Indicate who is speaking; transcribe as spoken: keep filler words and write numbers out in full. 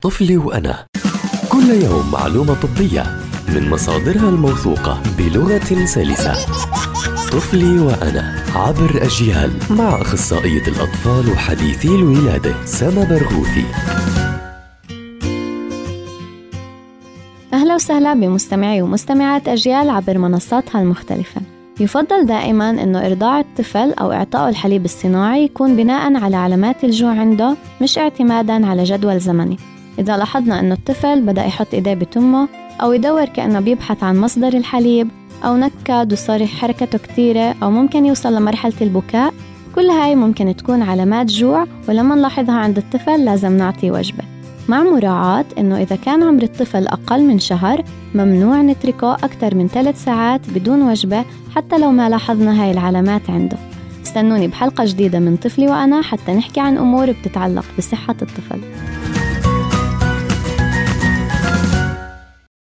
Speaker 1: طفلي وأنا، كل يوم معلومة طبية من مصادرها الموثوقة بلغة سلسة. طفلي وأنا عبر أجيال مع أخصائية الأطفال وحديثي الولادة سما برغوثي.
Speaker 2: أهلا وسهلا بمستمعي ومستمعات أجيال عبر منصاتها المختلفة. يفضل دائما أنه إرضاع الطفل أو إعطائه الحليب الصناعي يكون بناء على علامات الجوع عنده، مش اعتمادا على جدول زمني. إذا لاحظنا أنه الطفل بدأ يحط إيديه بتمه أو يدور كأنه بيبحث عن مصدر الحليب أو نكد وصار حركته كتيرة أو ممكن يوصل لمرحلة البكاء، كل هاي ممكن تكون علامات جوع، ولما نلاحظها عند الطفل لازم نعطي وجبة، مع مراعاة أنه إذا كان عمر الطفل أقل من شهر ممنوع نتركه أكثر من ثلاث ساعات بدون وجبة حتى لو ما لاحظنا هاي العلامات عنده. استنوني بحلقة جديدة من طفلي وأنا حتى نحكي عن أمور بتتعلق بصحة الطفل.